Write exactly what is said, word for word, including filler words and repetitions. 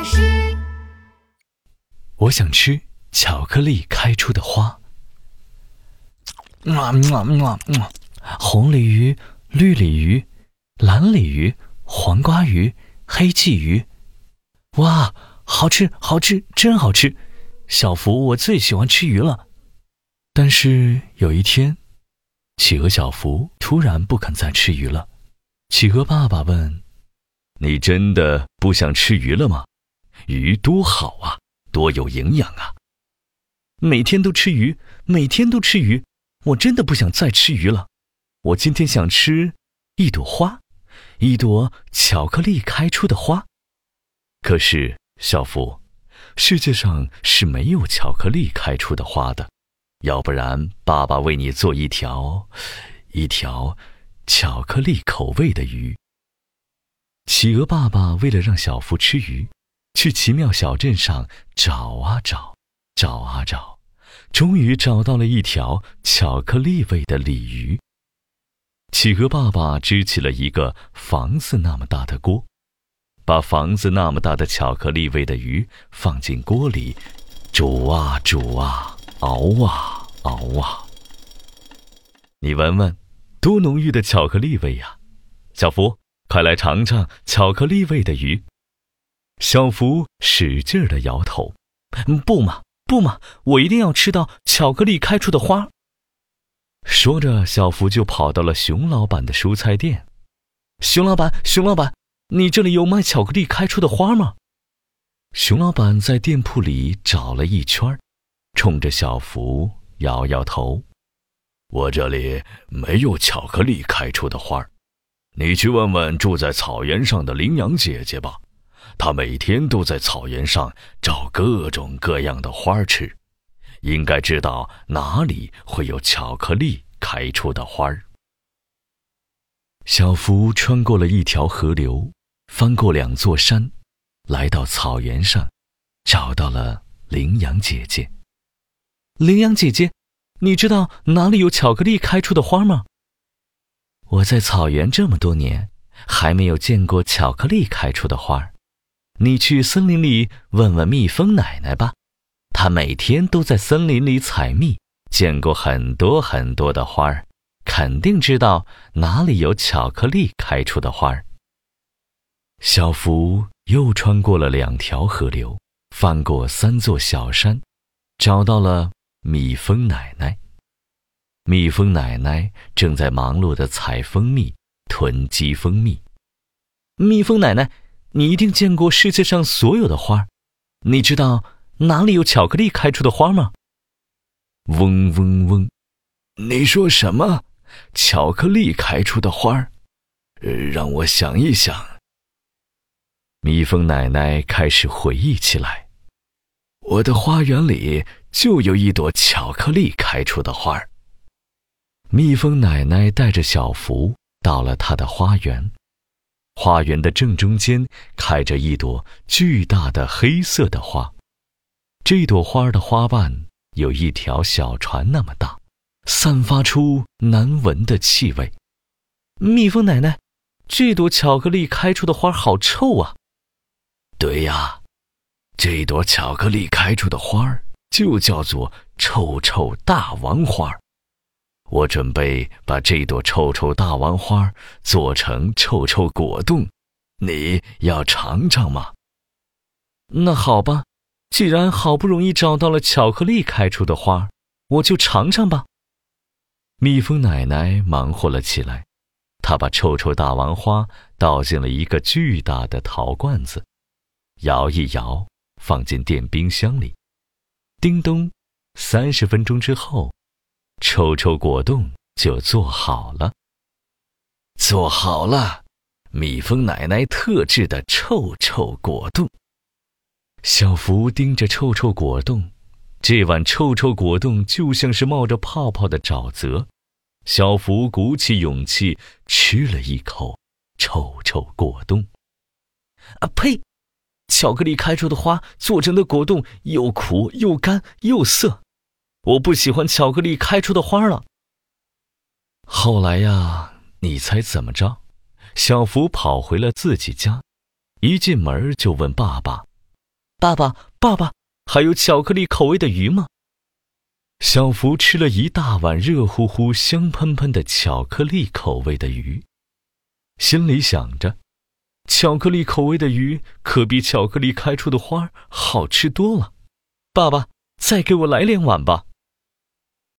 巴士。 我想吃巧克力开出的花。红鲤鱼、绿鲤鱼、蓝鲤鱼、黄瓜鱼、黑鲫鱼，哇，好吃好吃，真好吃！小福，我最喜欢吃鱼了。但是有一天，企鹅小福突然不肯再吃鱼了。企鹅爸爸问：你真的不想吃鱼了吗？鱼多好啊，多有营养啊！每天都吃鱼，每天都吃鱼，我真的不想再吃鱼了。我今天想吃一朵花，一朵巧克力开出的花。可是，小福，世界上是没有巧克力开出的花的，要不然爸爸为你做一条，一条巧克力口味的鱼。企鹅爸爸为了让小福吃鱼，去奇妙小镇上找啊找，找啊找，终于找到了一条巧克力味的鲤鱼。企鹅爸爸支起了一个房子那么大的锅，把房子那么大的巧克力味的鱼放进锅里，煮啊煮啊，熬啊熬啊。你闻闻，多浓郁的巧克力味呀！小福，快来尝尝巧克力味的鱼。小福使劲地摇头，不嘛不嘛，我一定要吃到巧克力开出的花。说着，小福就跑到了熊老板的蔬菜店。熊老板，熊老板，你这里有卖巧克力开出的花吗？熊老板在店铺里找了一圈，冲着小福摇摇头：我这里没有巧克力开出的花，你去问问住在草原上的羚羊姐姐吧，她每天都在草原上找各种各样的花吃，应该知道哪里会有巧克力开出的花。小福穿过了一条河流，翻过两座山，来到草原上，找到了羚羊姐姐。羚羊姐姐，你知道哪里有巧克力开出的花吗？我在草原这么多年，还没有见过巧克力开出的花。你去森林里问问蜜蜂奶奶吧，她每天都在森林里采蜜，见过很多很多的花儿，肯定知道哪里有巧克力开出的花儿。小福又穿过了两条河流，翻过三座小山，找到了蜜蜂奶奶。蜜蜂奶奶正在忙碌地采蜂蜜，囤积蜂蜜。蜜蜂奶奶，你一定见过世界上所有的花，你知道哪里有巧克力开出的花吗？嗡嗡嗡，你说什么？巧克力开出的花？呃，让我想一想。蜜蜂奶奶开始回忆起来，我的花园里就有一朵巧克力开出的花。蜜蜂奶奶带着小福到了她的花园，花园的正中间开着一朵巨大的黑色的花，这朵花的花瓣有一条小船那么大，散发出难闻的气味。蜜蜂奶奶，这朵巧克力开出的花好臭啊！对呀，这朵巧克力开出的花就叫做臭臭大王花。我准备把这朵臭臭大王花做成臭臭果冻，你要尝尝吗？那好吧，既然好不容易找到了巧克力开出的花，我就尝尝吧。蜜蜂奶奶忙活了起来，她把臭臭大王花倒进了一个巨大的陶罐子，摇一摇，放进电冰箱里。叮咚，三十分钟之后，臭臭果冻就做好了。做好了，蜜蜂奶奶特制的臭臭果冻。小福盯着臭臭果冻，这碗臭臭果冻就像是冒着泡泡的沼泽。小福鼓起勇气吃了一口臭臭果冻。啊呸！巧克力开出的花做成的果冻又苦又干又涩，我不喜欢巧克力开出的花了。后来呀，你猜怎么着？小福跑回了自己家，一进门就问爸爸： 爸爸，爸爸，还有巧克力口味的鱼吗？”小福吃了一大碗热乎乎、香喷喷的巧克力口味的鱼，心里想着，巧克力口味的鱼可比巧克力开出的花好吃多了。爸爸，再给我来两碗吧。